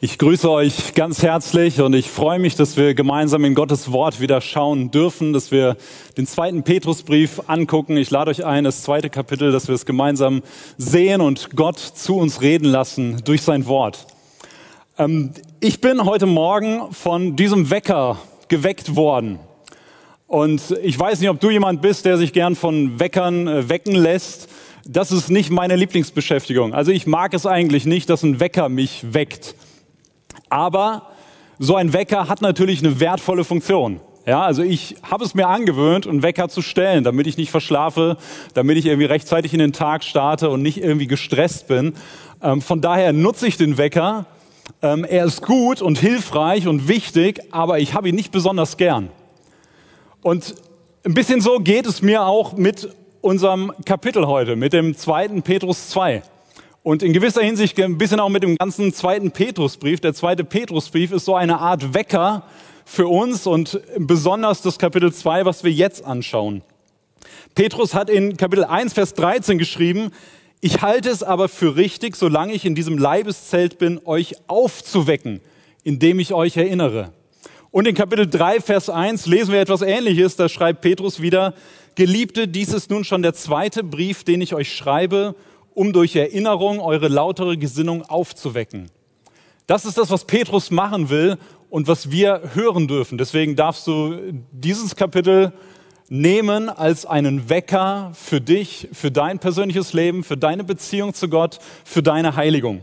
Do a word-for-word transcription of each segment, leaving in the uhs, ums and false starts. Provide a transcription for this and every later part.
Ich grüße euch ganz herzlich und ich freue mich, dass wir gemeinsam in Gottes Wort wieder schauen dürfen, dass wir den zweiten Petrusbrief angucken. Ich lade euch ein, das zweite Kapitel, dass wir es gemeinsam sehen und Gott zu uns reden lassen durch sein Wort. Ähm, ich bin heute Morgen von diesem Wecker geweckt worden. Und ich weiß nicht, ob du jemand bist, der sich gern von Weckern äh, wecken lässt. Das ist nicht meine Lieblingsbeschäftigung. Also ich mag es eigentlich nicht, dass ein Wecker mich weckt. Aber so ein Wecker hat natürlich eine wertvolle Funktion. Ja, also ich habe es mir angewöhnt, einen Wecker zu stellen, damit ich nicht verschlafe, damit ich irgendwie rechtzeitig in den Tag starte und nicht irgendwie gestresst bin. Ähm, von daher nutze ich den Wecker. Ähm, er ist gut und hilfreich und wichtig, aber ich habe ihn nicht besonders gern. Und ein bisschen so geht es mir auch mit unserem Kapitel heute, mit dem zweiten Petrus zwei. Und in gewisser Hinsicht ein bisschen auch mit dem ganzen zweiten Petrusbrief. Der zweite Petrusbrief ist so eine Art Wecker für uns und besonders das Kapitel zwei, was wir jetzt anschauen. Petrus hat in Kapitel eins, Vers dreizehn geschrieben: Ich halte es aber für richtig, solange ich in diesem Leibeszelt bin, euch aufzuwecken, indem ich euch erinnere. Und in Kapitel drei, Vers eins lesen wir etwas Ähnliches. Da schreibt Petrus wieder: Geliebte, dies ist nun schon der zweite Brief, den ich euch schreibe, um durch Erinnerung eure lautere Gesinnung aufzuwecken. Das ist das, was Petrus machen will und was wir hören dürfen. Deswegen darfst du dieses Kapitel nehmen als einen Wecker für dich, für dein persönliches Leben, für deine Beziehung zu Gott, für deine Heiligung.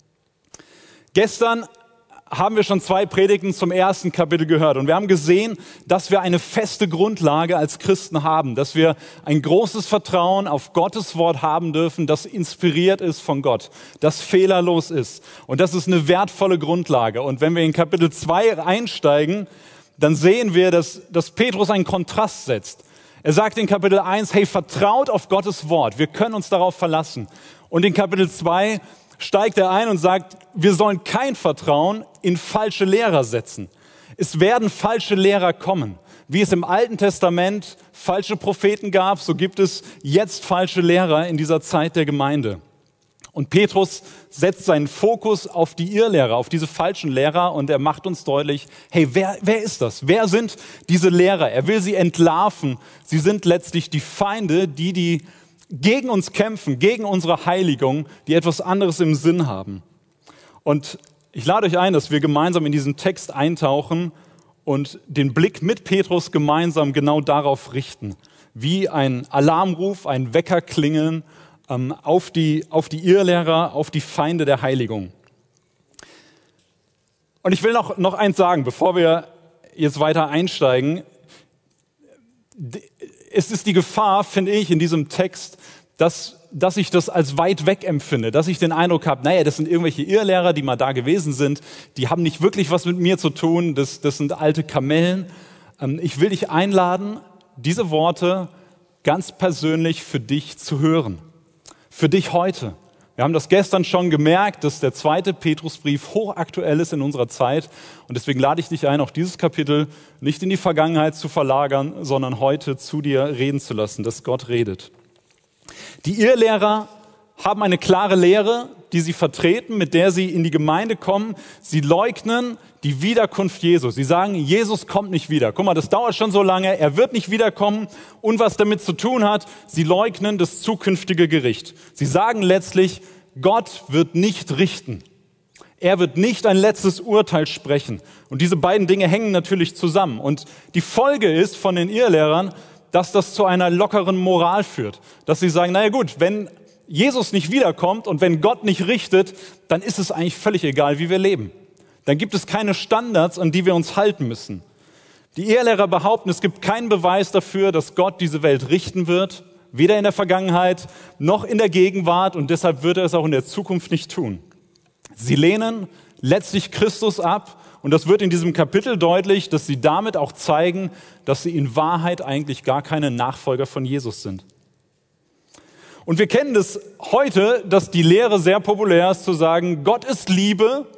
Gestern haben wir schon zwei Predigten zum ersten Kapitel gehört. Und wir haben gesehen, dass wir eine feste Grundlage als Christen haben, dass wir ein großes Vertrauen auf Gottes Wort haben dürfen, das inspiriert ist von Gott, das fehlerlos ist. Und das ist eine wertvolle Grundlage. Und wenn wir in Kapitel zwei einsteigen, dann sehen wir, dass, dass Petrus einen Kontrast setzt. Er sagt in Kapitel eins, hey, vertraut auf Gottes Wort, wir können uns darauf verlassen. Und in Kapitel zwei steigt er ein und sagt, wir sollen kein Vertrauen in falsche Lehrer setzen. Es werden falsche Lehrer kommen. Wie es im Alten Testament falsche Propheten gab, so gibt es jetzt falsche Lehrer in dieser Zeit der Gemeinde. Und Petrus setzt seinen Fokus auf die Irrlehrer, auf diese falschen Lehrer, und er macht uns deutlich, hey, wer, wer ist das? Wer sind diese Lehrer? Er will sie entlarven. Sie sind letztlich die Feinde, die die gegen uns kämpfen, gegen unsere Heiligung, die etwas anderes im Sinn haben. Und ich lade euch ein, dass wir gemeinsam in diesen Text eintauchen und den Blick mit Petrus gemeinsam genau darauf richten, wie ein Alarmruf, ein Weckerklingeln ähm, auf die, auf die Irrlehrer, auf die Feinde der Heiligung. Und ich will noch, noch eins sagen, bevor wir jetzt weiter einsteigen. Es ist die Gefahr, finde ich, in diesem Text, dass, dass ich das als weit weg empfinde, dass ich den Eindruck habe, naja, das sind irgendwelche Irrlehrer, die mal da gewesen sind, die haben nicht wirklich was mit mir zu tun, das, das sind alte Kamellen. Ich will dich einladen, diese Worte ganz persönlich für dich zu hören, für dich heute. Wir haben das gestern schon gemerkt, dass der zweite Petrusbrief hochaktuell ist in unserer Zeit. Und deswegen lade ich dich ein, auch dieses Kapitel nicht in die Vergangenheit zu verlagern, sondern heute zu dir reden zu lassen, dass Gott redet. Die Irrlehrer haben eine klare Lehre, die sie vertreten, mit der sie in die Gemeinde kommen. Sie leugnen die Wiederkunft Jesu. Sie sagen, Jesus kommt nicht wieder. Guck mal, das dauert schon so lange, er wird nicht wiederkommen. Und was damit zu tun hat, sie leugnen das zukünftige Gericht. Sie sagen letztlich, Gott wird nicht richten. Er wird nicht ein letztes Urteil sprechen. Und diese beiden Dinge hängen natürlich zusammen. Und die Folge ist von den Irrlehrern, dass das zu einer lockeren Moral führt. Dass sie sagen, naja gut, wenn Jesus nicht wiederkommt und wenn Gott nicht richtet, dann ist es eigentlich völlig egal, wie wir leben. Dann gibt es keine Standards, an die wir uns halten müssen. Die Irrlehrer behaupten, es gibt keinen Beweis dafür, dass Gott diese Welt richten wird, weder in der Vergangenheit noch in der Gegenwart, und deshalb wird er es auch in der Zukunft nicht tun. Sie lehnen letztlich Christus ab, und das wird in diesem Kapitel deutlich, dass sie damit auch zeigen, dass sie in Wahrheit eigentlich gar keine Nachfolger von Jesus sind. Und wir kennen das heute, dass die Lehre sehr populär ist, zu sagen, Gott ist Liebe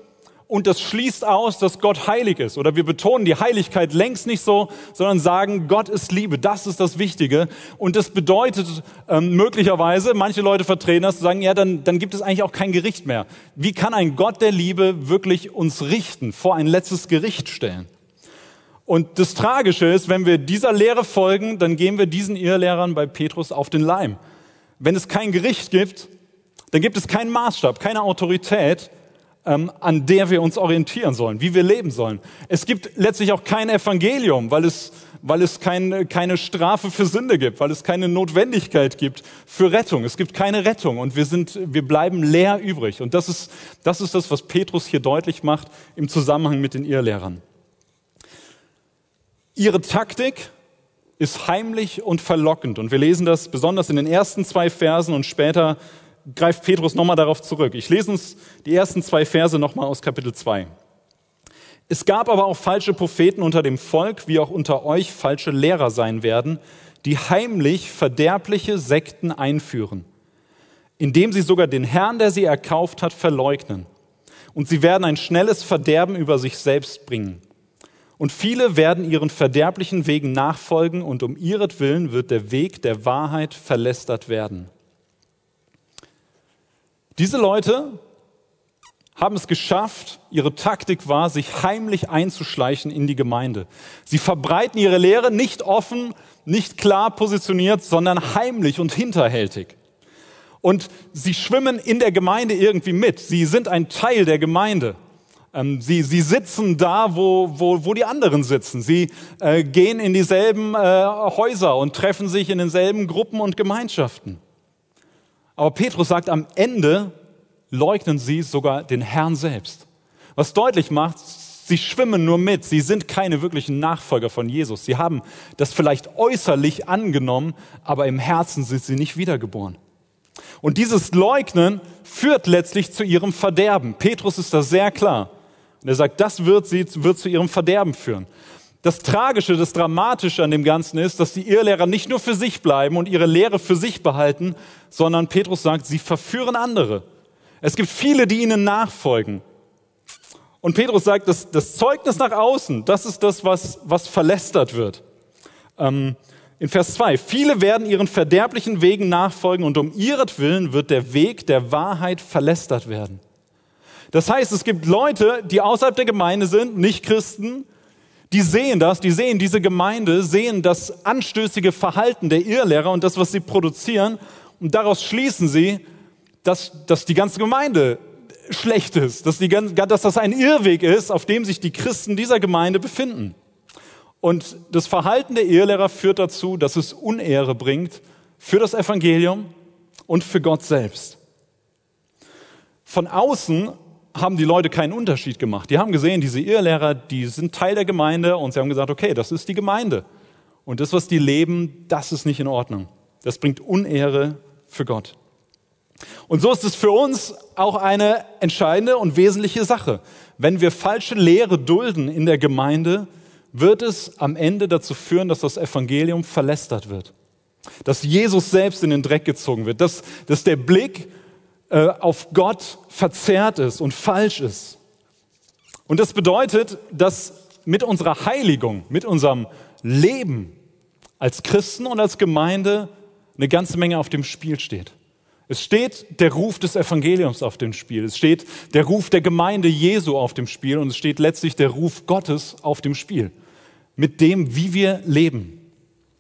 Und das schließt aus, dass Gott heilig ist. Oder wir betonen die Heiligkeit längst nicht so, sondern sagen, Gott ist Liebe. Das ist das Wichtige. Und das bedeutet ähm, möglicherweise, manche Leute vertreten das, sagen, ja, dann, dann gibt es eigentlich auch kein Gericht mehr. Wie kann ein Gott der Liebe wirklich uns richten, vor ein letztes Gericht stellen? Und das Tragische ist, wenn wir dieser Lehre folgen, dann gehen wir diesen Irrlehrern bei Petrus auf den Leim. Wenn es kein Gericht gibt, dann gibt es keinen Maßstab, keine Autorität, ähm, an der wir uns orientieren sollen, wie wir leben sollen. Es gibt letztlich auch kein Evangelium, weil es, weil es kein, keine Strafe für Sünde gibt, weil es keine Notwendigkeit gibt für Rettung. Es gibt keine Rettung und wir sind, wir bleiben leer übrig. Und das ist, das ist das, was Petrus hier deutlich macht im Zusammenhang mit den Irrlehrern. Ihre Taktik ist heimlich und verlockend. Und wir lesen das besonders in den ersten zwei Versen und später greift Petrus nochmal darauf zurück. Ich lese uns die ersten zwei Verse nochmal aus Kapitel zwei. Es gab aber auch falsche Propheten unter dem Volk, wie auch unter euch falsche Lehrer sein werden, die heimlich verderbliche Sekten einführen, indem sie sogar den Herrn, der sie erkauft hat, verleugnen. Und sie werden ein schnelles Verderben über sich selbst bringen. Und viele werden ihren verderblichen Wegen nachfolgen und um ihretwillen wird der Weg der Wahrheit verlästert werden. Diese Leute haben es geschafft, ihre Taktik war, sich heimlich einzuschleichen in die Gemeinde. Sie verbreiten ihre Lehre nicht offen, nicht klar positioniert, sondern heimlich und hinterhältig. Und sie schwimmen in der Gemeinde irgendwie mit. Sie sind ein Teil der Gemeinde. Sie, sie sitzen da, wo, wo, wo die anderen sitzen. Sie äh, gehen in dieselben äh, Häuser und treffen sich in denselben Gruppen und Gemeinschaften. Aber Petrus sagt, am Ende leugnen sie sogar den Herrn selbst. Was deutlich macht, sie schwimmen nur mit. Sie sind keine wirklichen Nachfolger von Jesus. Sie haben das vielleicht äußerlich angenommen, aber im Herzen sind sie nicht wiedergeboren. Und dieses Leugnen führt letztlich zu ihrem Verderben. Petrus ist da sehr klar. Und er sagt, das wird, sie, wird zu ihrem Verderben führen. Das Tragische, das Dramatische an dem Ganzen ist, dass die Irrlehrer nicht nur für sich bleiben und ihre Lehre für sich behalten, sondern Petrus sagt, sie verführen andere. Es gibt viele, die ihnen nachfolgen. Und Petrus sagt, das, das Zeugnis nach außen, das ist das, was, was verlästert wird. Ähm, in Vers zwei, viele werden ihren verderblichen Wegen nachfolgen und um ihretwillen wird der Weg der Wahrheit verlästert werden. Das heißt, es gibt Leute, die außerhalb der Gemeinde sind, nicht Christen, die sehen das, die sehen diese Gemeinde, sehen das anstößige Verhalten der Irrlehrer und das, was sie produzieren. Und daraus schließen sie, dass, dass die ganze Gemeinde schlecht ist, dass, die, dass das ein Irrweg ist, auf dem sich die Christen dieser Gemeinde befinden. Und das Verhalten der Irrlehrer führt dazu, dass es Unehre bringt für das Evangelium und für Gott selbst. Von außen haben die Leute keinen Unterschied gemacht. Die haben gesehen, diese Irrlehrer, die sind Teil der Gemeinde und sie haben gesagt, okay, das ist die Gemeinde. Und das, was die leben, das ist nicht in Ordnung. Das bringt Unehre für Gott. Und so ist es für uns auch eine entscheidende und wesentliche Sache. Wenn wir falsche Lehre dulden in der Gemeinde, wird es am Ende dazu führen, dass das Evangelium verlästert wird. Dass Jesus selbst in den Dreck gezogen wird. Dass, dass der Blick auf Gott verzerrt ist und falsch ist. Und das bedeutet, dass mit unserer Heiligung, mit unserem Leben als Christen und als Gemeinde eine ganze Menge auf dem Spiel steht. Es steht der Ruf des Evangeliums auf dem Spiel. Es steht der Ruf der Gemeinde Jesu auf dem Spiel und es steht letztlich der Ruf Gottes auf dem Spiel. Mit dem, wie wir leben.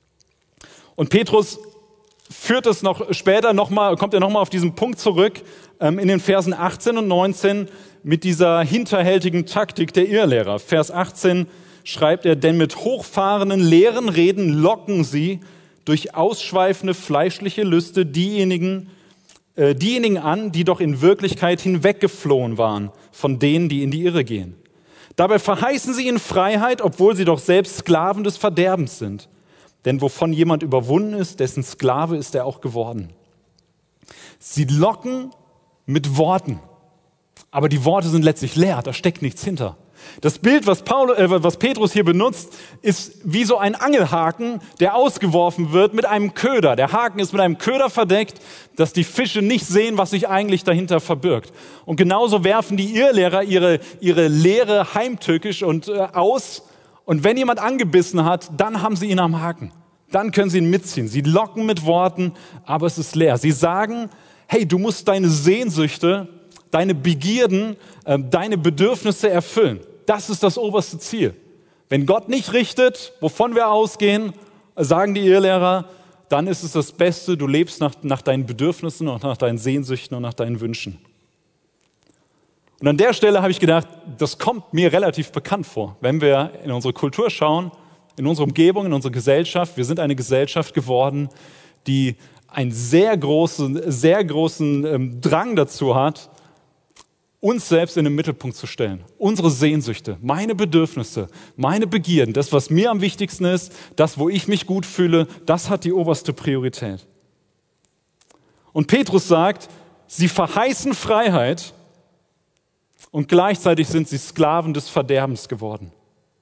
Und Petrus führt es noch später noch mal, kommt er nochmal auf diesen Punkt zurück, ähm, in den Versen achtzehn und neunzehn mit dieser hinterhältigen Taktik der Irrlehrer. Vers achtzehn schreibt er, denn mit hochfahrenden leeren Reden locken sie durch ausschweifende fleischliche Lüste diejenigen, äh, diejenigen an, die doch in Wirklichkeit hinweggeflohen waren von denen, die in die Irre gehen. Dabei verheißen sie ihnen Freiheit, obwohl sie doch selbst Sklaven des Verderbens sind. Denn wovon jemand überwunden ist, dessen Sklave ist er auch geworden. Sie locken mit Worten. Aber die Worte sind letztlich leer, da steckt nichts hinter. Das Bild, was, Paul, äh, was Petrus hier benutzt, ist wie so ein Angelhaken, der ausgeworfen wird mit einem Köder. Der Haken ist mit einem Köder verdeckt, dass die Fische nicht sehen, was sich eigentlich dahinter verbirgt. Und genauso werfen die Irrlehrer ihre, ihre Lehre heimtückisch und äh, aus. Und wenn jemand angebissen hat, dann haben sie ihn am Haken. Dann können sie ihn mitziehen. Sie locken mit Worten, aber es ist leer. Sie sagen, hey, du musst deine Sehnsüchte, deine Begierden, äh, deine Bedürfnisse erfüllen. Das ist das oberste Ziel. Wenn Gott nicht richtet, wovon wir ausgehen, sagen die Irrlehrer, dann ist es das Beste, du lebst nach, nach deinen Bedürfnissen und nach deinen Sehnsüchten und nach deinen Wünschen. Und an der Stelle habe ich gedacht, das kommt mir relativ bekannt vor. Wenn wir in unsere Kultur schauen, in unsere Umgebung, in unsere Gesellschaft, wir sind eine Gesellschaft geworden, die einen sehr großen, sehr großen ähm, Drang dazu hat, uns selbst in den Mittelpunkt zu stellen. Unsere Sehnsüchte, meine Bedürfnisse, meine Begierden, das, was mir am wichtigsten ist, das, wo ich mich gut fühle, das hat die oberste Priorität. Und Petrus sagt, sie verheißen Freiheit und gleichzeitig sind sie Sklaven des Verderbens geworden.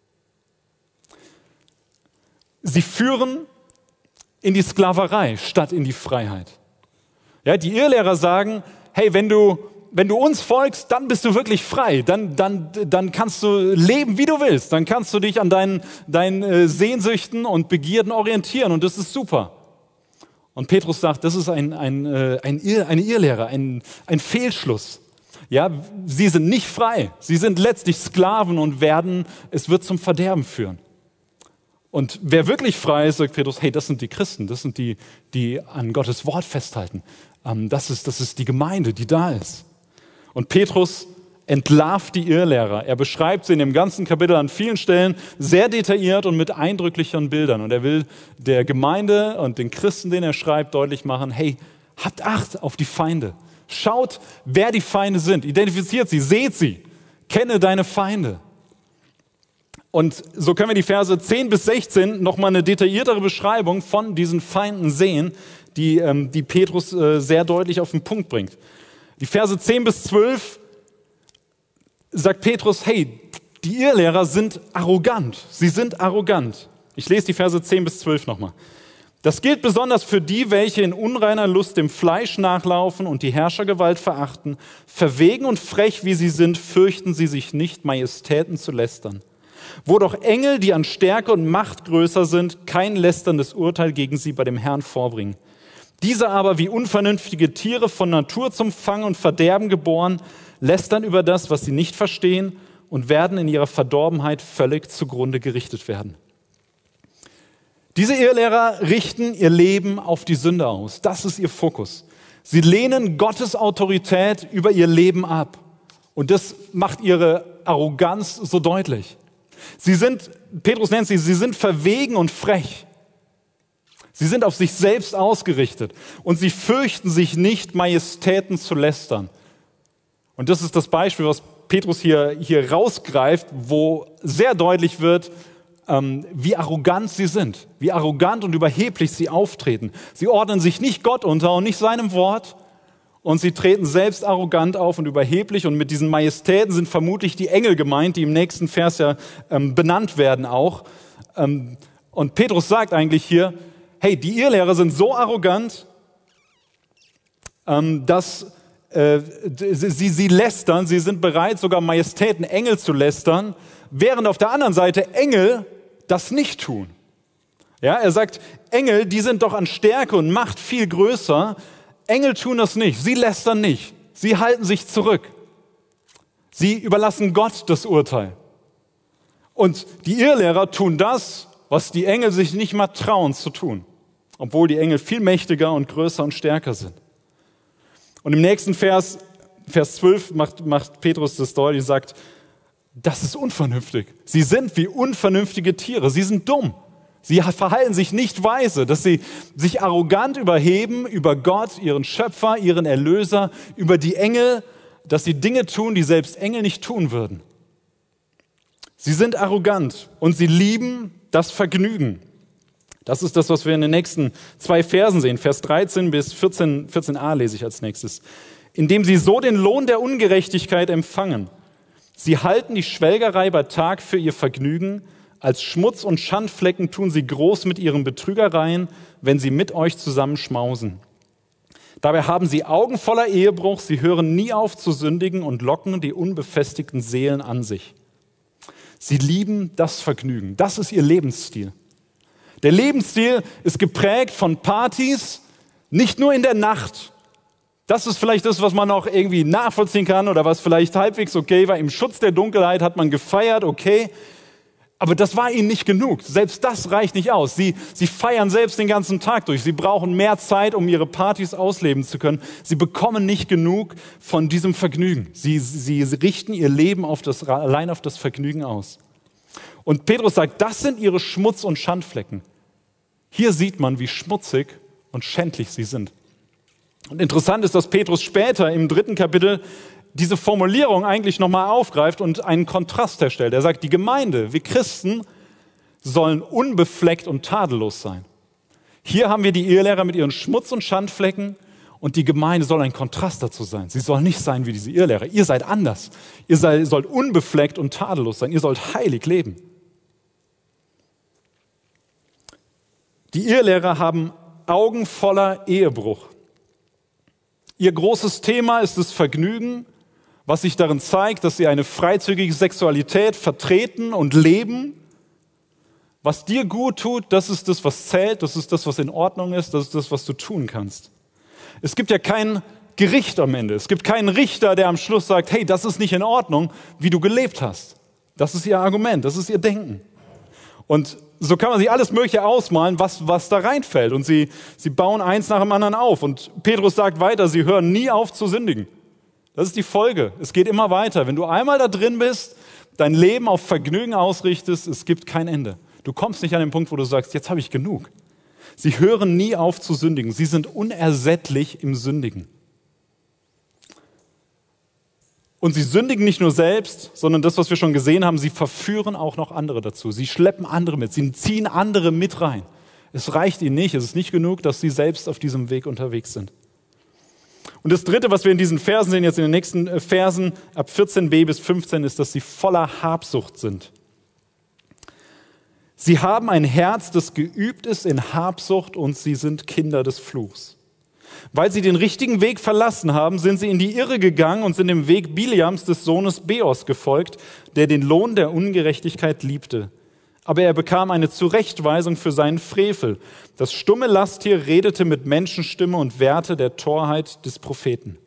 Sie führen in die Sklaverei statt in die Freiheit. Ja, die Irrlehrer sagen, hey, wenn du Wenn du uns folgst, dann bist du wirklich frei. Dann, dann, dann kannst du leben, wie du willst. Dann kannst du dich an deinen, deinen Sehnsüchten und Begierden orientieren und das ist super. Und Petrus sagt, das ist ein, ein, ein Irr, eine Irrlehre, ein, ein Fehlschluss. Ja, sie sind nicht frei. Sie sind letztlich Sklaven und werden, es wird zum Verderben führen. Und wer wirklich frei ist, sagt Petrus, hey, das sind die Christen, das sind die, die an Gottes Wort festhalten. Das ist, das ist die Gemeinde, die da ist. Und Petrus entlarvt die Irrlehrer. Er beschreibt sie in dem ganzen Kapitel an vielen Stellen sehr detailliert und mit eindrücklichen Bildern. Und er will der Gemeinde und den Christen, denen er schreibt, deutlich machen, hey, habt Acht auf die Feinde. Schaut, wer die Feinde sind. Identifiziert sie, seht sie. Kenne deine Feinde. Und so können wir die Verse zehn bis sechzehn nochmal eine detailliertere Beschreibung von diesen Feinden sehen, die, ähm, die Petrus äh, sehr deutlich auf den Punkt bringt. Die Verse zehn bis zwölf sagt Petrus, hey, die Irrlehrer sind arrogant. Sie sind arrogant. Ich lese die Verse zehn bis zwölf nochmal. Das gilt besonders für die, welche in unreiner Lust dem Fleisch nachlaufen und die Herrschergewalt verachten. Verwegen und frech wie sie sind, fürchten sie sich nicht, Majestäten zu lästern. Wo doch Engel, die an Stärke und Macht größer sind, kein lästerndes Urteil gegen sie bei dem Herrn vorbringen. Diese aber, wie unvernünftige Tiere von Natur zum Fang und Verderben geboren, lästern über das, was sie nicht verstehen und werden in ihrer Verdorbenheit völlig zugrunde gerichtet werden. Diese Irrlehrer richten ihr Leben auf die Sünde aus. Das ist ihr Fokus. Sie lehnen Gottes Autorität über ihr Leben ab. Und das macht ihre Arroganz so deutlich. Sie sind, Petrus nennt sie, sie sind verwegen und frech. Sie sind auf sich selbst ausgerichtet und sie fürchten sich nicht, Majestäten zu lästern. Und das ist das Beispiel, was Petrus hier, hier rausgreift, wo sehr deutlich wird, ähm, wie arrogant sie sind, wie arrogant und überheblich sie auftreten. Sie ordnen sich nicht Gott unter und nicht seinem Wort und sie treten selbst arrogant auf und überheblich und mit diesen Majestäten sind vermutlich die Engel gemeint, die im nächsten Vers ja ähm, benannt werden auch. Ähm, und Petrus sagt eigentlich hier, hey, die Irrlehrer sind so arrogant, ähm, dass äh, sie, sie lästern, sie sind bereit, sogar Majestäten, Engel zu lästern, während auf der anderen Seite Engel das nicht tun. Ja, er sagt, Engel, die sind doch an Stärke und Macht viel größer. Engel tun das nicht, sie lästern nicht, sie halten sich zurück. Sie überlassen Gott das Urteil. Und die Irrlehrer tun das, was die Engel sich nicht mal trauen zu tun, obwohl die Engel viel mächtiger und größer und stärker sind. Und im nächsten Vers, Vers zwölf, macht, macht Petrus das deutlich und sagt, das ist unvernünftig. Sie sind wie unvernünftige Tiere, sie sind dumm. Sie verhalten sich nicht weise, dass sie sich arrogant überheben über Gott, ihren Schöpfer, ihren Erlöser, über die Engel, dass sie Dinge tun, die selbst Engel nicht tun würden. Sie sind arrogant und sie lieben das Vergnügen. Das ist das, was wir in den nächsten zwei Versen sehen. Vers dreizehn bis vierzehn, vierzehn a lese ich als nächstes. indem sie so den Lohn der Ungerechtigkeit empfangen. Sie halten die Schwelgerei bei Tag für ihr Vergnügen. Als Schmutz und Schandflecken tun sie groß mit ihren Betrügereien, wenn sie mit euch zusammen schmausen. Dabei haben sie Augen voller Ehebruch, sie hören nie auf zu sündigen und locken die unbefestigten Seelen an sich. Sie lieben das Vergnügen. Das ist ihr Lebensstil. Der Lebensstil ist geprägt von Partys, nicht nur in der Nacht. Das ist vielleicht das, was man auch irgendwie nachvollziehen kann oder was vielleicht halbwegs okay war. Im Schutz der Dunkelheit hat man gefeiert, okay. Aber das war ihnen nicht genug. Selbst das reicht nicht aus. Sie, sie feiern selbst den ganzen Tag durch. Sie brauchen mehr Zeit, um ihre Partys ausleben zu können. Sie bekommen nicht genug von diesem Vergnügen. Sie, sie richten ihr Leben auf das, allein auf das Vergnügen aus. Und Petrus sagt, das sind ihre Schmutz- und Schandflecken. Hier sieht man, wie schmutzig und schändlich sie sind. Und interessant ist, dass Petrus später im dritten Kapitel diese Formulierung eigentlich nochmal aufgreift und einen Kontrast herstellt. Er sagt, die Gemeinde, wir Christen, sollen unbefleckt und tadellos sein. Hier haben wir die Irrlehrer mit ihren Schmutz- und Schandflecken und die Gemeinde soll ein Kontrast dazu sein. Sie soll nicht sein wie diese Irrlehrer. Ihr seid anders. Ihr seid, sollt unbefleckt und tadellos sein. Ihr sollt heilig leben. Die Irrlehrer haben Augen voller Ehebruch. Ihr großes Thema ist das Vergnügen, was sich darin zeigt, dass sie eine freizügige Sexualität vertreten und leben. Was dir gut tut, das ist das, was zählt, das ist das, was in Ordnung ist, das ist das, was du tun kannst. Es gibt ja kein Gericht am Ende. Es gibt keinen Richter, der am Schluss sagt, hey, das ist nicht in Ordnung, wie du gelebt hast. Das ist ihr Argument, das ist ihr Denken. Und so kann man sich alles Mögliche ausmalen, was, was da reinfällt. Und sie, sie bauen eins nach dem anderen auf. Und Petrus sagt weiter, sie hören nie auf zu sündigen. Das ist die Folge. Es geht immer weiter. Wenn du einmal da drin bist, dein Leben auf Vergnügen ausrichtest, es gibt kein Ende. Du kommst nicht an den Punkt, wo du sagst, jetzt habe ich genug. Sie hören nie auf zu sündigen. Sie sind unersättlich im Sündigen. Und sie sündigen nicht nur selbst, sondern das, was wir schon gesehen haben, sie verführen auch noch andere dazu. Sie schleppen andere mit, sie ziehen andere mit rein. Es reicht ihnen nicht, es ist nicht genug, dass sie selbst auf diesem Weg unterwegs sind. Und das Dritte, was wir in diesen Versen sehen, jetzt in den nächsten Versen, ab vierzehn b bis fünfzehn, ist, dass sie voller Habsucht sind. Sie haben ein Herz, das geübt ist in Habsucht und sie sind Kinder des Fluchs. Weil sie den richtigen Weg verlassen haben, sind sie in die Irre gegangen und sind dem Weg Biliams des Sohnes Beos gefolgt, der den Lohn der Ungerechtigkeit liebte. Aber er bekam eine Zurechtweisung für seinen Frevel. Das stumme Lasttier redete mit Menschenstimme und wehrte der Torheit des Propheten.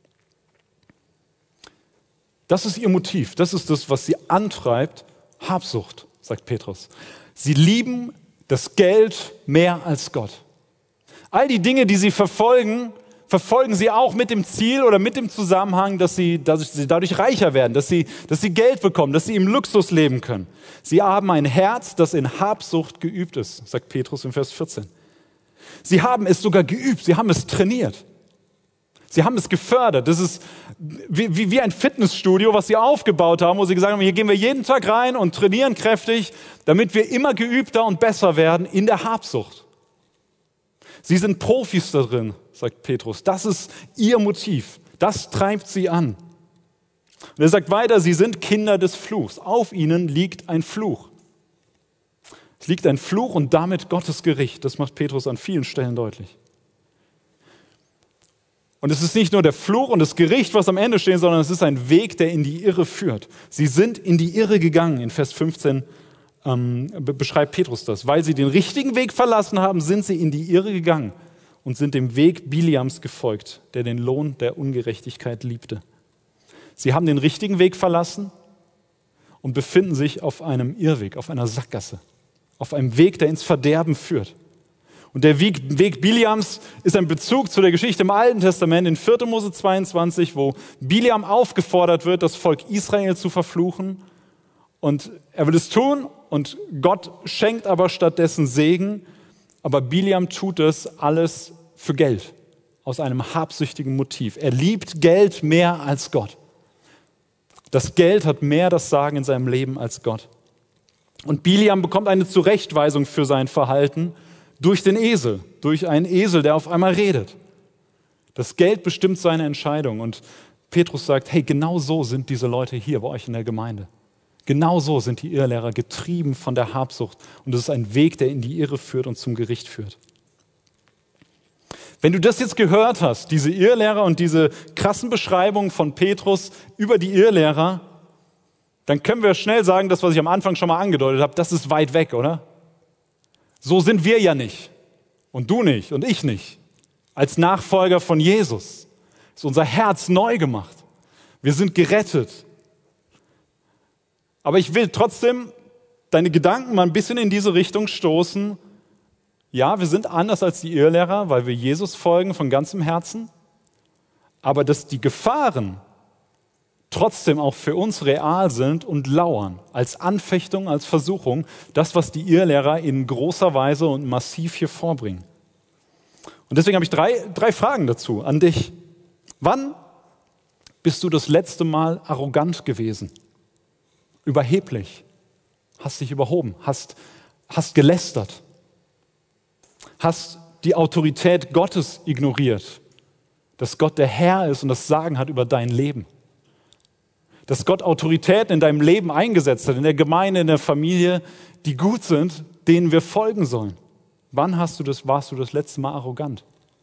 Das ist ihr Motiv, das ist das, was sie antreibt. Habsucht, sagt Petrus. Sie lieben das Geld mehr als Gott. All die Dinge, die sie verfolgen, verfolgen sie auch mit dem Ziel oder mit dem Zusammenhang, dass sie, dass sie dadurch reicher werden, dass sie, dass sie Geld bekommen, dass sie im Luxus leben können. Sie haben ein Herz, das in Habsucht geübt ist, sagt Petrus in Vers vierzehn. Sie haben es sogar geübt, sie haben es trainiert. Sie haben es gefördert. Das ist wie, wie, wie ein Fitnessstudio, was sie aufgebaut haben, wo sie gesagt haben, hier gehen wir jeden Tag rein und trainieren kräftig, damit wir immer geübter und besser werden in der Habsucht. Sie sind Profis da drin, sagt Petrus. Das ist ihr Motiv. Das treibt sie an. Und er sagt weiter, sie sind Kinder des Fluchs. Auf ihnen liegt ein Fluch. Es liegt ein Fluch und damit Gottes Gericht. Das macht Petrus an vielen Stellen deutlich. Und es ist nicht nur der Fluch und das Gericht, was am Ende steht, sondern es ist ein Weg, der in die Irre führt. Sie sind in die Irre gegangen. In Vers fünfzehn ähm, beschreibt Petrus das. Weil sie den richtigen Weg verlassen haben, sind sie in die Irre gegangen und sind dem Weg Biliams gefolgt, der den Lohn der Ungerechtigkeit liebte. Sie haben den richtigen Weg verlassen und befinden sich auf einem Irrweg, auf einer Sackgasse, auf einem Weg, der ins Verderben führt. Und der Weg, Weg Biliams ist ein Bezug zu der Geschichte im Alten Testament in vierter Mose zweiundzwanzig, wo Biliam aufgefordert wird, das Volk Israel zu verfluchen. Und er will es tun und Gott schenkt aber stattdessen Segen. Aber Biliam tut es alles für Geld, aus einem habsüchtigen Motiv. Er liebt Geld mehr als Gott. Das Geld hat mehr das Sagen in seinem Leben als Gott. Und Biliam bekommt eine Zurechtweisung für sein Verhalten durch den Esel, durch einen Esel, der auf einmal redet. Das Geld bestimmt seine Entscheidung. Und Petrus sagt, hey, genau so sind diese Leute hier bei euch in der Gemeinde. Genau so sind die Irrlehrer getrieben von der Habsucht. Und es ist ein Weg, der in die Irre führt und zum Gericht führt. Wenn du das jetzt gehört hast, diese Irrlehrer und diese krassen Beschreibungen von Petrus über die Irrlehrer, dann können wir schnell sagen, das, was ich am Anfang schon mal angedeutet habe, das ist weit weg, oder? So sind wir ja nicht. Und du nicht und ich nicht. Als Nachfolger von Jesus ist unser Herz neu gemacht. Wir sind gerettet. Aber ich will trotzdem deine Gedanken mal ein bisschen in diese Richtung stoßen. Ja, wir sind anders als die Irrlehrer, weil wir Jesus folgen von ganzem Herzen. Aber dass die Gefahren trotzdem auch für uns real sind und lauern, als Anfechtung, als Versuchung, das, was die Irrlehrer in großer Weise und massiv hier vorbringen. Und deswegen habe ich drei, drei Fragen dazu an dich. Wann bist du das letzte Mal arrogant gewesen? Überheblich? Hast dich überhoben? Hast, hast gelästert? Hast die Autorität Gottes ignoriert? Dass Gott der Herr ist und das Sagen hat über dein Leben? Dass Gott Autoritäten in deinem Leben eingesetzt hat, in der Gemeinde, in der Familie, die gut sind, denen wir folgen sollen. Wann hast du das, warst du das letzte Mal arrogant?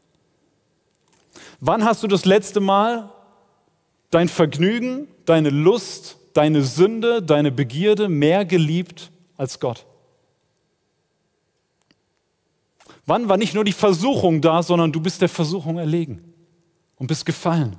Wann hast du das letzte Mal dein Vergnügen, deine Lust, deine Sünde, deine Begierde mehr geliebt als Gott? Wann war nicht nur die Versuchung da, sondern du bist der Versuchung erlegen und bist gefallen?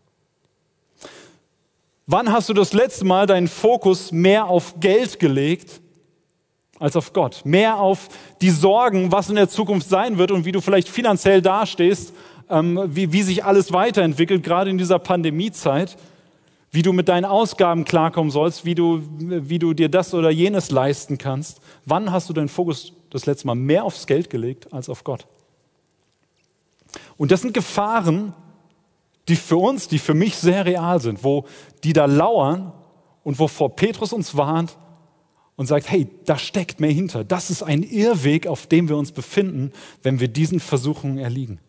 Wann hast du das letzte Mal deinen Fokus mehr auf Geld gelegt als auf Gott? Mehr auf die Sorgen, was in der Zukunft sein wird und wie du vielleicht finanziell dastehst, ähm, wie, wie sich alles weiterentwickelt, gerade in dieser Pandemiezeit, wie du mit deinen Ausgaben klarkommen sollst, wie du, wie du dir das oder jenes leisten kannst. Wann hast du deinen Fokus das letzte Mal mehr aufs Geld gelegt als auf Gott? Und das sind Gefahren, die für uns, die für mich sehr real sind, wo die da lauern und wovor Petrus uns warnt und sagt, hey, da steckt mehr hinter. Das ist ein Irrweg, auf dem wir uns befinden, wenn wir diesen Versuchungen erliegen.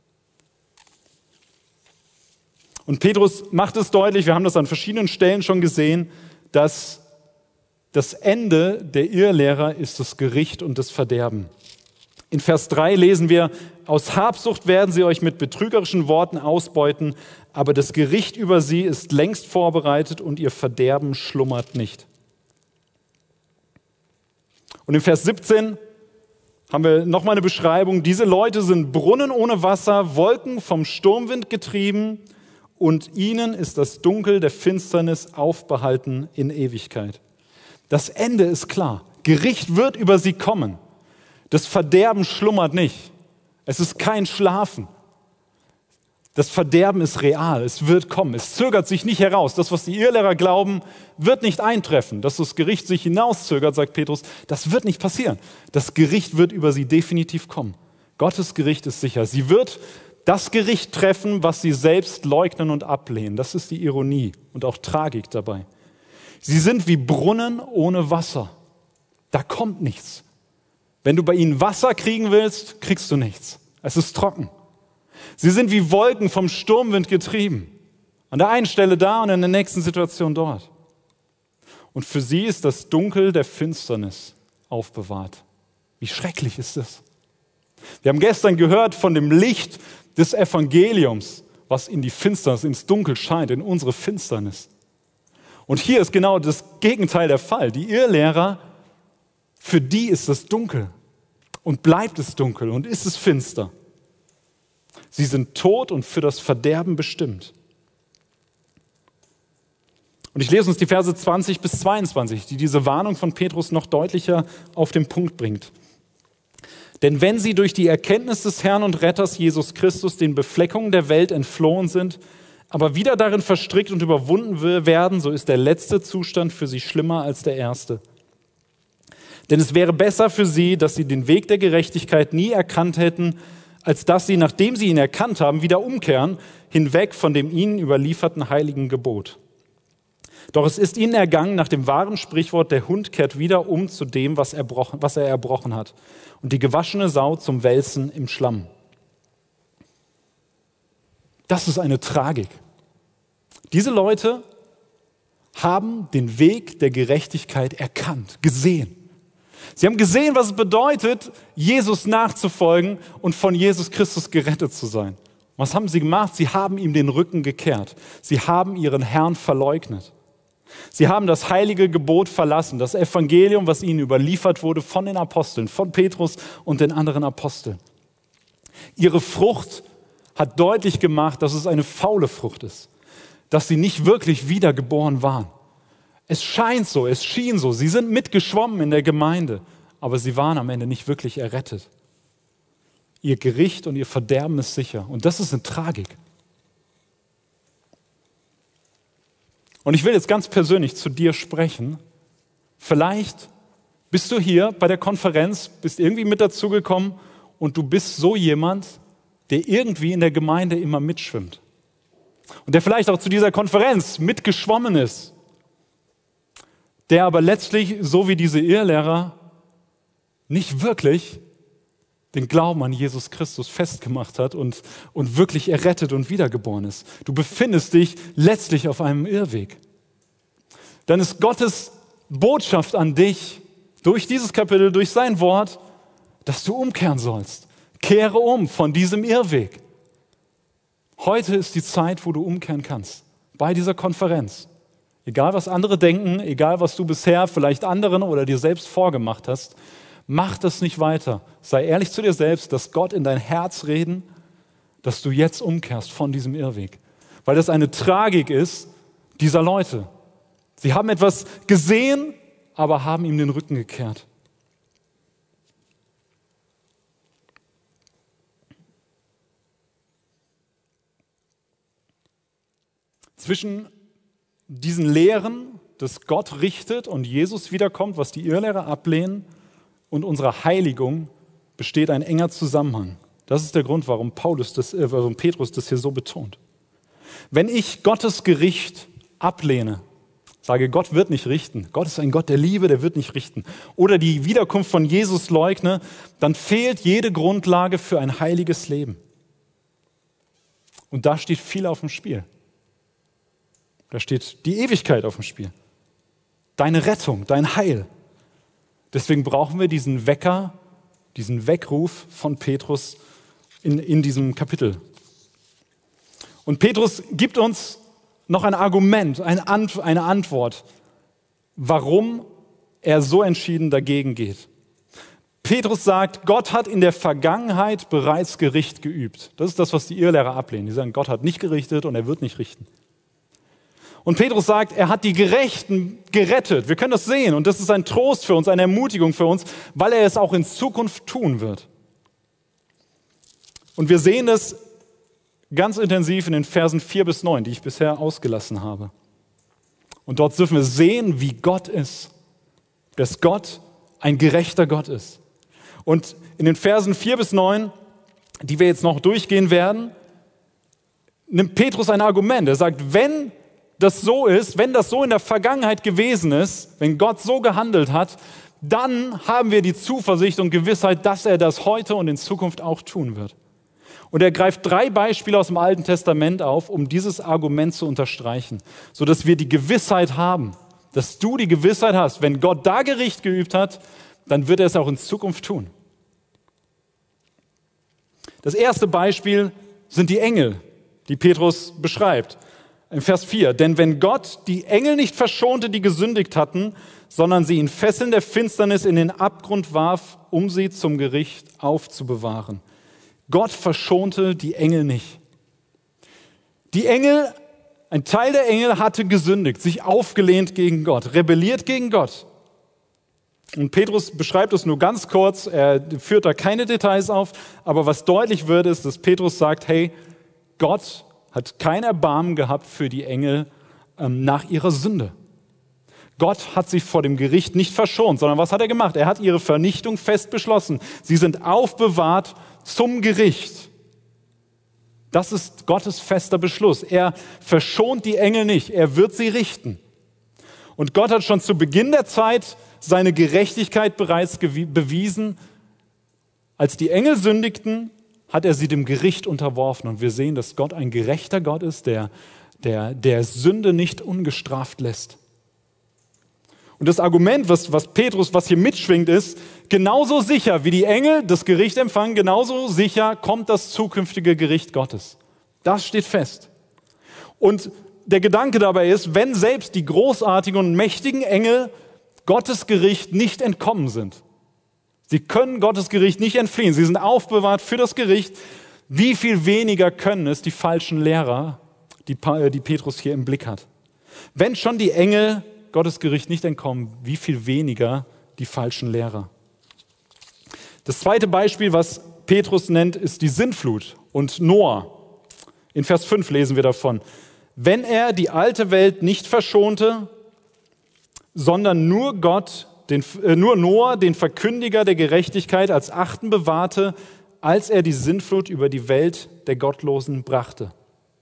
Und Petrus macht es deutlich, wir haben das an verschiedenen Stellen schon gesehen, dass das Ende der Irrlehrer ist das Gericht und das Verderben. In Vers drei lesen wir, aus Habsucht werden sie euch mit betrügerischen Worten ausbeuten, aber das Gericht über sie ist längst vorbereitet und ihr Verderben schlummert nicht. Und in Vers siebzehn haben wir nochmal eine Beschreibung. Diese Leute sind Brunnen ohne Wasser, Wolken vom Sturmwind getrieben und ihnen ist das Dunkel der Finsternis aufbehalten in Ewigkeit. Das Ende ist klar. Gericht wird über sie kommen. Das Verderben schlummert nicht. Es ist kein Schlafen. Das Verderben ist real. Es wird kommen. Es zögert sich nicht heraus. Das, was die Irrlehrer glauben, wird nicht eintreffen. Dass das Gericht sich hinauszögert, sagt Petrus, das wird nicht passieren. Das Gericht wird über sie definitiv kommen. Gottes Gericht ist sicher. Sie wird das Gericht treffen, was sie selbst leugnen und ablehnen. Das ist die Ironie und auch Tragik dabei. Sie sind wie Brunnen ohne Wasser. Da kommt nichts. Wenn du bei ihnen Wasser kriegen willst, kriegst du nichts. Es ist trocken. Sie sind wie Wolken vom Sturmwind getrieben. An der einen Stelle da und in der nächsten Situation dort. Und für sie ist das Dunkel der Finsternis aufbewahrt. Wie schrecklich ist das? Wir haben gestern gehört von dem Licht des Evangeliums, was in die Finsternis, ins Dunkel scheint, in unsere Finsternis. Und hier ist genau das Gegenteil der Fall. Die Irrlehrer, für die ist es dunkel und bleibt es dunkel und ist es finster. Sie sind tot und für das Verderben bestimmt. Und ich lese uns die Verse zwanzig bis zweiundzwanzig, die diese Warnung von Petrus noch deutlicher auf den Punkt bringt. Denn wenn sie durch die Erkenntnis des Herrn und Retters Jesus Christus den Befleckungen der Welt entflohen sind, aber wieder darin verstrickt und überwunden werden, so ist der letzte Zustand für sie schlimmer als der erste. Denn es wäre besser für sie, dass sie den Weg der Gerechtigkeit nie erkannt hätten, als dass sie, nachdem sie ihn erkannt haben, wieder umkehren, hinweg von dem ihnen überlieferten heiligen Gebot. Doch es ist ihnen ergangen nach dem wahren Sprichwort, der Hund kehrt wieder um zu dem, was, erbrochen, was er erbrochen hat, und die gewaschene Sau zum Wälzen im Schlamm. Das ist eine Tragik. Diese Leute haben den Weg der Gerechtigkeit erkannt, gesehen. Sie haben gesehen, was es bedeutet, Jesus nachzufolgen und von Jesus Christus gerettet zu sein. Was haben sie gemacht? Sie haben ihm den Rücken gekehrt. Sie haben ihren Herrn verleugnet. Sie haben das heilige Gebot verlassen, das Evangelium, was ihnen überliefert wurde von den Aposteln, von Petrus und den anderen Aposteln. Ihre Frucht hat deutlich gemacht, dass es eine faule Frucht ist, dass sie nicht wirklich wiedergeboren waren. Es scheint so, es schien so, sie sind mitgeschwommen in der Gemeinde, aber sie waren am Ende nicht wirklich errettet. Ihr Gericht und ihr Verderben ist sicher und das ist eine Tragik. Und ich will jetzt ganz persönlich zu dir sprechen. Vielleicht bist du hier bei der Konferenz, bist irgendwie mit dazugekommen und du bist so jemand, der irgendwie in der Gemeinde immer mitschwimmt. Und der vielleicht auch zu dieser Konferenz mitgeschwommen ist. Der aber letztlich, so wie diese Irrlehrer, nicht wirklich den Glauben an Jesus Christus festgemacht hat und, und wirklich errettet und wiedergeboren ist. Du befindest dich letztlich auf einem Irrweg. Dann ist Gottes Botschaft an dich durch dieses Kapitel, durch sein Wort, dass du umkehren sollst. Kehre um von diesem Irrweg. Heute ist die Zeit, wo du umkehren kannst. Bei dieser Konferenz. Egal, was andere denken, egal, was du bisher vielleicht anderen oder dir selbst vorgemacht hast, mach das nicht weiter. Sei ehrlich zu dir selbst, dass Gott in dein Herz reden, dass du jetzt umkehrst von diesem Irrweg. Weil das eine Tragik ist dieser Leute. Sie haben etwas gesehen, aber haben ihm den Rücken gekehrt. Zwischen diesen Lehren, dass Gott richtet und Jesus wiederkommt, was die Irrlehrer ablehnen, und unserer Heiligung besteht ein enger Zusammenhang. Das ist der Grund, warum Paulus das, äh, warum Petrus das hier so betont. Wenn ich Gottes Gericht ablehne, sage, Gott wird nicht richten, Gott ist ein Gott der Liebe, der wird nicht richten, oder die Wiederkunft von Jesus leugne, dann fehlt jede Grundlage für ein heiliges Leben. Und da steht viel auf dem Spiel. Da steht die Ewigkeit auf dem Spiel. Deine Rettung, dein Heil. Deswegen brauchen wir diesen Wecker, diesen Weckruf von Petrus in, in diesem Kapitel. Und Petrus gibt uns noch ein Argument, eine Antwort, warum er so entschieden dagegen geht. Petrus sagt, Gott hat in der Vergangenheit bereits Gericht geübt. Das ist das, was die Irrlehrer ablehnen. Die sagen, Gott hat nicht gerichtet und er wird nicht richten. Und Petrus sagt, er hat die Gerechten gerettet. Wir können das sehen und das ist ein Trost für uns, eine Ermutigung für uns, weil er es auch in Zukunft tun wird. Und wir sehen es ganz intensiv in den Versen vier bis neun, die ich bisher ausgelassen habe. Und dort dürfen wir sehen, wie Gott ist, dass Gott ein gerechter Gott ist. Und in den Versen vier bis neun, die wir jetzt noch durchgehen werden, nimmt Petrus ein Argument. Er sagt, wenn das so ist, wenn das so in der Vergangenheit gewesen ist, wenn Gott so gehandelt hat, dann haben wir die Zuversicht und Gewissheit, dass er das heute und in Zukunft auch tun wird. Und er greift drei Beispiele aus dem Alten Testament auf, um dieses Argument zu unterstreichen, sodass wir die Gewissheit haben, dass du die Gewissheit hast, wenn Gott da Gericht geübt hat, dann wird er es auch in Zukunft tun. Das erste Beispiel sind die Engel, die Petrus beschreibt. In Vers vier, denn wenn Gott die Engel nicht verschonte, die gesündigt hatten, sondern sie in Fesseln der Finsternis in den Abgrund warf, um sie zum Gericht aufzubewahren. Gott verschonte die Engel nicht. Die Engel, ein Teil der Engel hatte gesündigt, sich aufgelehnt gegen Gott, rebelliert gegen Gott. Und Petrus beschreibt es nur ganz kurz, er führt da keine Details auf, aber was deutlich wird, ist, dass Petrus sagt, hey, Gott hat kein Erbarmen gehabt für die Engel ähm, nach ihrer Sünde. Gott hat sie vor dem Gericht nicht verschont, sondern was hat er gemacht? Er hat ihre Vernichtung fest beschlossen. Sie sind aufbewahrt zum Gericht. Das ist Gottes fester Beschluss. Er verschont die Engel nicht, er wird sie richten. Und Gott hat schon zu Beginn der Zeit seine Gerechtigkeit bereits bewiesen. Als die Engel sündigten, hat er sie dem Gericht unterworfen. Und wir sehen, dass Gott ein gerechter Gott ist, der, der, der Sünde nicht ungestraft lässt. Und das Argument, was, was Petrus, was hier mitschwingt, ist, genauso sicher wie die Engel das Gericht empfangen, genauso sicher kommt das zukünftige Gericht Gottes. Das steht fest. Und der Gedanke dabei ist, wenn selbst die großartigen und mächtigen Engel Gottes Gericht nicht entkommen sind, sie können Gottes Gericht nicht entfliehen, sie sind aufbewahrt für das Gericht, wie viel weniger können es die falschen Lehrer, die, die Petrus hier im Blick hat. Wenn schon die Engel Gottes Gericht nicht entkommen, wie viel weniger die falschen Lehrer. Das zweite Beispiel, was Petrus nennt, ist die Sintflut und Noah. In Vers fünf lesen wir davon. Wenn er die alte Welt nicht verschonte, sondern nur Gott, den, äh, nur Noah, den Verkündiger der Gerechtigkeit, als Achten bewahrte, als er die Sintflut über die Welt der Gottlosen brachte.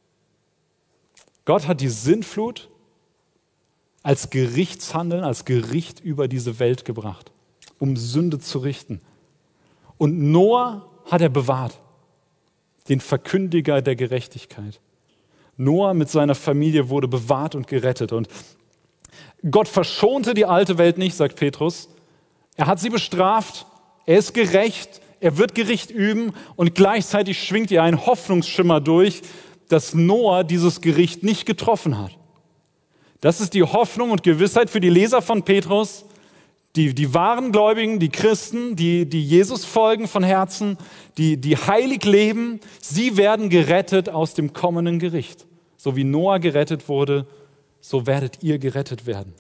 Gott hat die Sintflut als Gerichtshandeln, als Gericht über diese Welt gebracht, um Sünde zu richten. Und Noah hat er bewahrt, den Verkündiger der Gerechtigkeit. Noah mit seiner Familie wurde bewahrt und gerettet. Und Gott verschonte die alte Welt nicht, sagt Petrus. Er hat sie bestraft, er ist gerecht, er wird Gericht üben und gleichzeitig schwingt ihr ein Hoffnungsschimmer durch, dass Noah dieses Gericht nicht getroffen hat. Das ist die Hoffnung und Gewissheit für die Leser von Petrus, die, die wahren Gläubigen, die Christen, die, die Jesus folgen von Herzen, die, die heilig leben. Sie werden gerettet aus dem kommenden Gericht. So wie Noah gerettet wurde, so werdet ihr gerettet werden.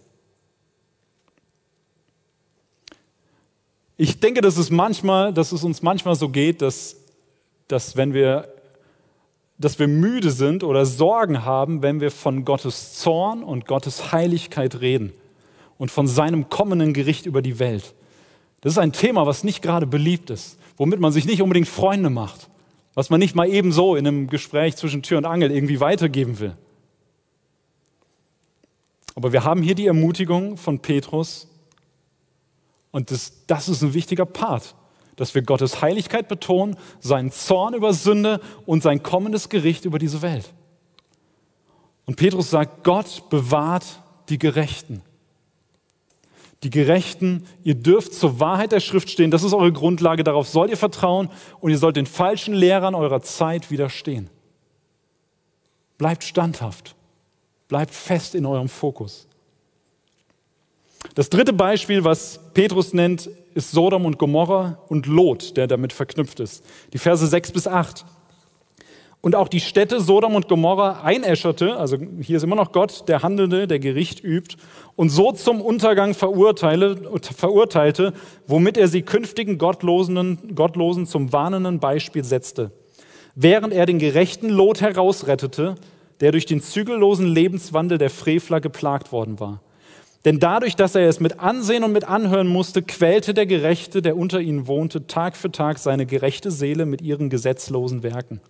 Ich denke, dass es manchmal, dass es uns manchmal so geht, dass, dass wenn wir dass wir müde sind oder Sorgen haben, wenn wir von Gottes Zorn und Gottes Heiligkeit reden und von seinem kommenden Gericht über die Welt. Das ist ein Thema, was nicht gerade beliebt ist, womit man sich nicht unbedingt Freunde macht, was man nicht mal eben so in einem Gespräch zwischen Tür und Angel irgendwie weitergeben will. Aber wir haben hier die Ermutigung von Petrus und das, das ist ein wichtiger Part, dass wir Gottes Heiligkeit betonen, seinen Zorn über Sünde und sein kommendes Gericht über diese Welt. Und Petrus sagt, Gott bewahrt die Gerechten. Die Gerechten, ihr dürft zur Wahrheit der Schrift stehen, das ist eure Grundlage, darauf sollt ihr vertrauen und ihr sollt den falschen Lehrern eurer Zeit widerstehen. Bleibt standhaft, bleibt fest in eurem Fokus. Das dritte Beispiel, was Petrus nennt, ist Sodom und Gomorra und Lot, der damit verknüpft ist. Die Verse sechs bis acht. Und auch die Städte Sodom und Gomorra einäscherte, also hier ist immer noch Gott, der Handelnde, der Gericht übt, und so zum Untergang verurteilte, womit er sie künftigen Gottlosen, Gottlosen zum warnenden Beispiel setzte. Während er den gerechten Lot herausrettete, der durch den zügellosen Lebenswandel der Frevler geplagt worden war. Denn dadurch, dass er es mit ansehen und mit anhören musste, quälte der Gerechte, der unter ihnen wohnte, Tag für Tag seine gerechte Seele mit ihren gesetzlosen Werken.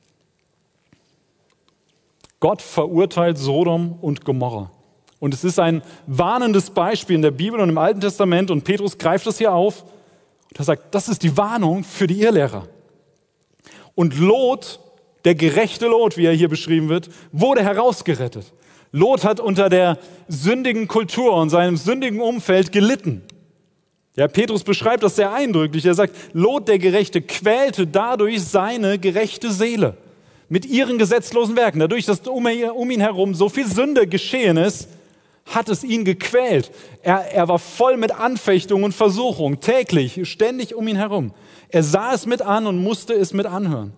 Gott verurteilt Sodom und Gomorra. Und es ist ein warnendes Beispiel in der Bibel und im Alten Testament. Und Petrus greift es hier auf und er sagt, das ist die Warnung für die Irrlehrer. Und Lot, der gerechte Lot, wie er hier beschrieben wird, wurde herausgerettet. Lot hat unter der sündigen Kultur und seinem sündigen Umfeld gelitten. Ja, Petrus beschreibt das sehr eindrücklich. Er sagt, Lot, der Gerechte, quälte dadurch seine gerechte Seele mit ihren gesetzlosen Werken. Dadurch, dass um ihn herum so viel Sünde geschehen ist, hat es ihn gequält. Er, er war voll mit Anfechtung und Versuchung, täglich, ständig um ihn herum. Er sah es mit an und musste es mit anhören.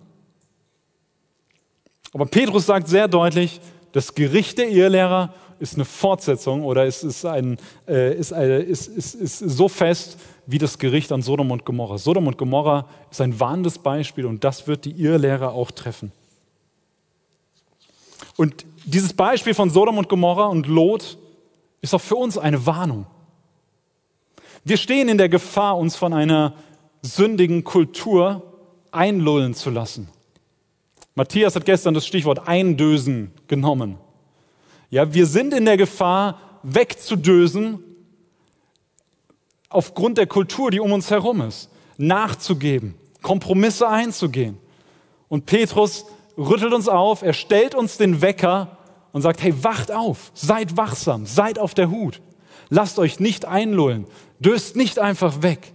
Aber Petrus sagt sehr deutlich, das Gericht der Irrlehrer ist eine Fortsetzung oder es ist, ein, äh, ist, eine, ist, ist, ist so fest wie das Gericht an Sodom und Gomorra. Sodom und Gomorra ist ein warnendes Beispiel und das wird die Irrlehrer auch treffen. Und dieses Beispiel von Sodom und Gomorra und Lot ist auch für uns eine Warnung. Wir stehen in der Gefahr, uns von einer sündigen Kultur einlullen zu lassen. Matthias hat gestern das Stichwort Eindösen genommen. Ja, wir sind in der Gefahr, wegzudösen aufgrund der Kultur, die um uns herum ist, nachzugeben, Kompromisse einzugehen, Und Petrus rüttelt uns auf, er stellt uns den Wecker und sagt, hey, wacht auf, seid wachsam, seid auf der Hut. Lasst euch nicht einlullen, döst nicht einfach weg.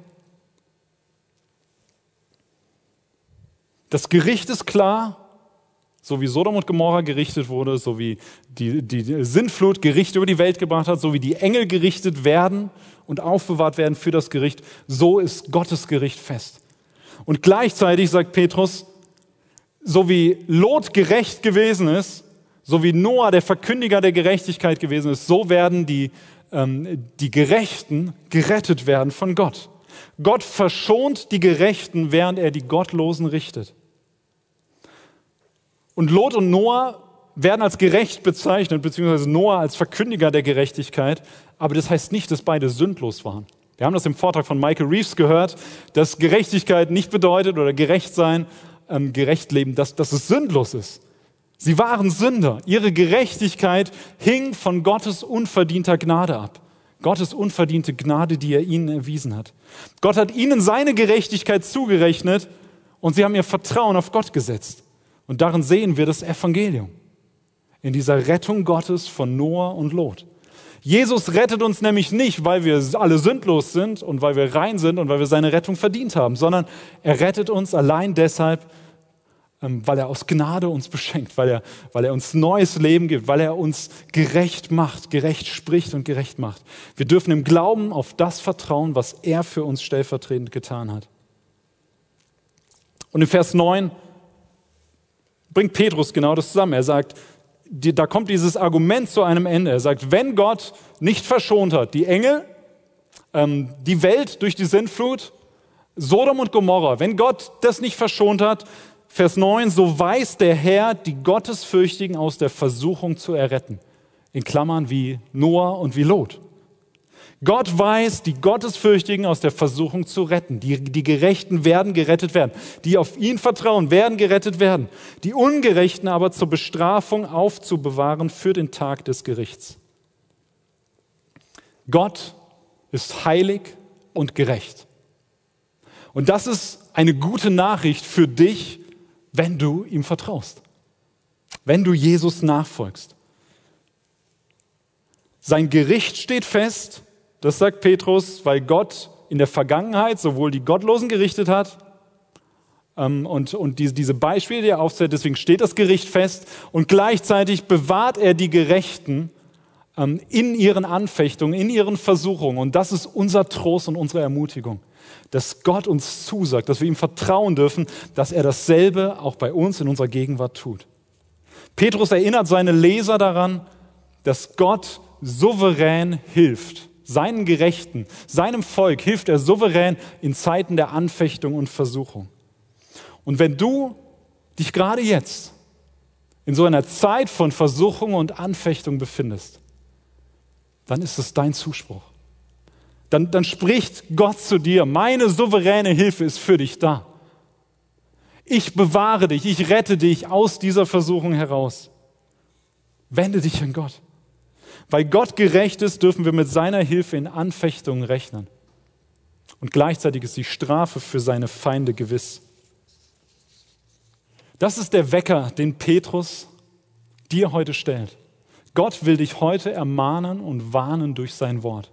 Das Gericht ist klar, so wie Sodom und Gomorra gerichtet wurde, so wie die, die Sintflut Gericht über die Welt gebracht hat, so wie die Engel gerichtet werden und aufbewahrt werden für das Gericht, so ist Gottes Gericht fest. Und gleichzeitig sagt Petrus, so wie Lot gerecht gewesen ist, so wie Noah der Verkündiger der Gerechtigkeit gewesen ist, so werden die, ähm, die Gerechten gerettet werden von Gott. Gott verschont die Gerechten, während er die Gottlosen richtet. Und Lot und Noah werden als gerecht bezeichnet, beziehungsweise Noah als Verkündiger der Gerechtigkeit, aber das heißt nicht, dass beide sündlos waren. Wir haben das im Vortrag von Michael Reeves gehört, dass Gerechtigkeit nicht bedeutet oder gerecht sein, ähm, gerecht leben, dass, dass es sündlos ist. Sie waren Sünder. Ihre Gerechtigkeit hing von Gottes unverdienter Gnade ab. Gottes unverdiente Gnade, die er ihnen erwiesen hat. Gott hat ihnen seine Gerechtigkeit zugerechnet und sie haben ihr Vertrauen auf Gott gesetzt. Und darin sehen wir das Evangelium. In dieser Rettung Gottes von Noah und Lot. Jesus rettet uns nämlich nicht, weil wir alle sündlos sind und weil wir rein sind und weil wir seine Rettung verdient haben, sondern er rettet uns allein deshalb, weil er aus Gnade uns beschenkt, weil er, weil er uns neues Leben gibt, weil er uns gerecht macht, gerecht spricht und gerecht macht. Wir dürfen im Glauben auf das vertrauen, was er für uns stellvertretend getan hat. Und in Vers neun bringt Petrus genau das zusammen. Er sagt, die, da kommt dieses Argument zu einem Ende. Er sagt, wenn Gott nicht verschont hat, die Engel, ähm, die Welt durch die Sintflut, Sodom und Gomorra, wenn Gott das nicht verschont hat, Vers neun, so weiß der Herr die Gottesfürchtigen aus der Versuchung zu erretten. In Klammern wie Noah und wie Lot. Gott weiß, die Gottesfürchtigen aus der Versuchung zu retten. Die, die Gerechten werden gerettet werden. Die auf ihn vertrauen, werden gerettet werden. Die Ungerechten aber zur Bestrafung aufzubewahren für den Tag des Gerichts. Gott ist heilig und gerecht. Und das ist eine gute Nachricht für dich, wenn du ihm vertraust. Wenn du Jesus nachfolgst. Sein Gericht steht fest. Das sagt Petrus, weil Gott in der Vergangenheit sowohl die Gottlosen gerichtet hat ähm, und, und die, diese Beispiele, die er aufzählt, deswegen steht das Gericht fest und gleichzeitig bewahrt er die Gerechten ähm, in ihren Anfechtungen, in ihren Versuchungen und das ist unser Trost und unsere Ermutigung, dass Gott uns zusagt, dass wir ihm vertrauen dürfen, dass er dasselbe auch bei uns in unserer Gegenwart tut. Petrus erinnert seine Leser daran, dass Gott souverän hilft. Seinen Gerechten, seinem Volk hilft er souverän in Zeiten der Anfechtung und Versuchung. Und wenn du dich gerade jetzt in so einer Zeit von Versuchung und Anfechtung befindest, dann ist es dein Zuspruch. Dann, dann spricht Gott zu dir, meine souveräne Hilfe ist für dich da. Ich bewahre dich, ich rette dich aus dieser Versuchung heraus. Wende dich an Gott. Weil Gott gerecht ist, dürfen wir mit seiner Hilfe in Anfechtungen rechnen. Und gleichzeitig ist die Strafe für seine Feinde gewiss. Das ist der Wecker, den Petrus dir heute stellt. Gott will dich heute ermahnen und warnen durch sein Wort.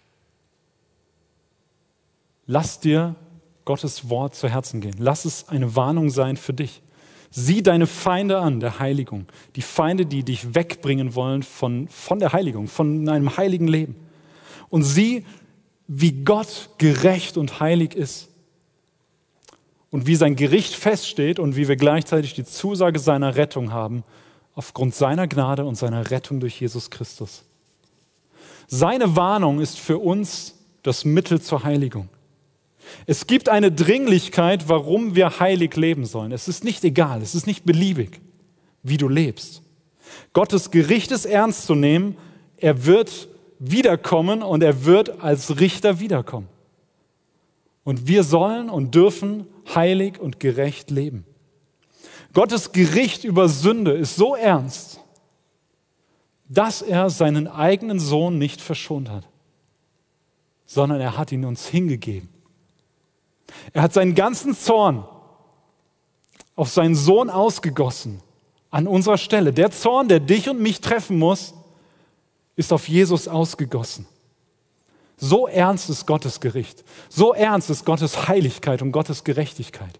Lass dir Gottes Wort zu Herzen gehen. Lass es eine Warnung sein für dich. Sieh deine Feinde an, der Heiligung. Die Feinde, die dich wegbringen wollen von, von der Heiligung, von einem heiligen Leben. Und sieh, wie Gott gerecht und heilig ist. Und wie sein Gericht feststeht und wie wir gleichzeitig die Zusage seiner Rettung haben, aufgrund seiner Gnade und seiner Rettung durch Jesus Christus. Seine Warnung ist für uns das Mittel zur Heiligung. Es gibt eine Dringlichkeit, warum wir heilig leben sollen. Es ist nicht egal, es ist nicht beliebig, wie du lebst. Gottes Gericht ist ernst zu nehmen. Er wird wiederkommen und er wird als Richter wiederkommen. Und wir sollen und dürfen heilig und gerecht leben. Gottes Gericht über Sünde ist so ernst, dass er seinen eigenen Sohn nicht verschont hat, sondern er hat ihn uns hingegeben. Er hat seinen ganzen Zorn auf seinen Sohn ausgegossen, an unserer Stelle. Der Zorn, der dich und mich treffen muss, ist auf Jesus ausgegossen. So ernst ist Gottes Gericht. So ernst ist Gottes Heiligkeit und Gottes Gerechtigkeit.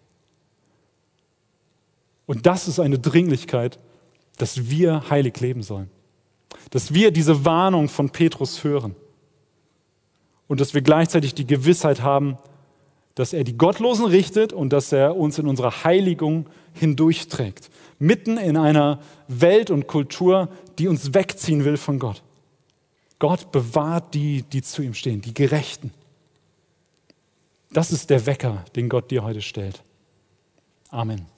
Und das ist eine Dringlichkeit, dass wir heilig leben sollen. Dass wir diese Warnung von Petrus hören. Und dass wir gleichzeitig die Gewissheit haben, dass er die Gottlosen richtet und dass er uns in unserer Heiligung hindurchträgt. Mitten in einer Welt und Kultur, die uns wegziehen will von Gott. Gott bewahrt die, die zu ihm stehen, die Gerechten. Das ist der Wecker, den Gott dir heute stellt. Amen.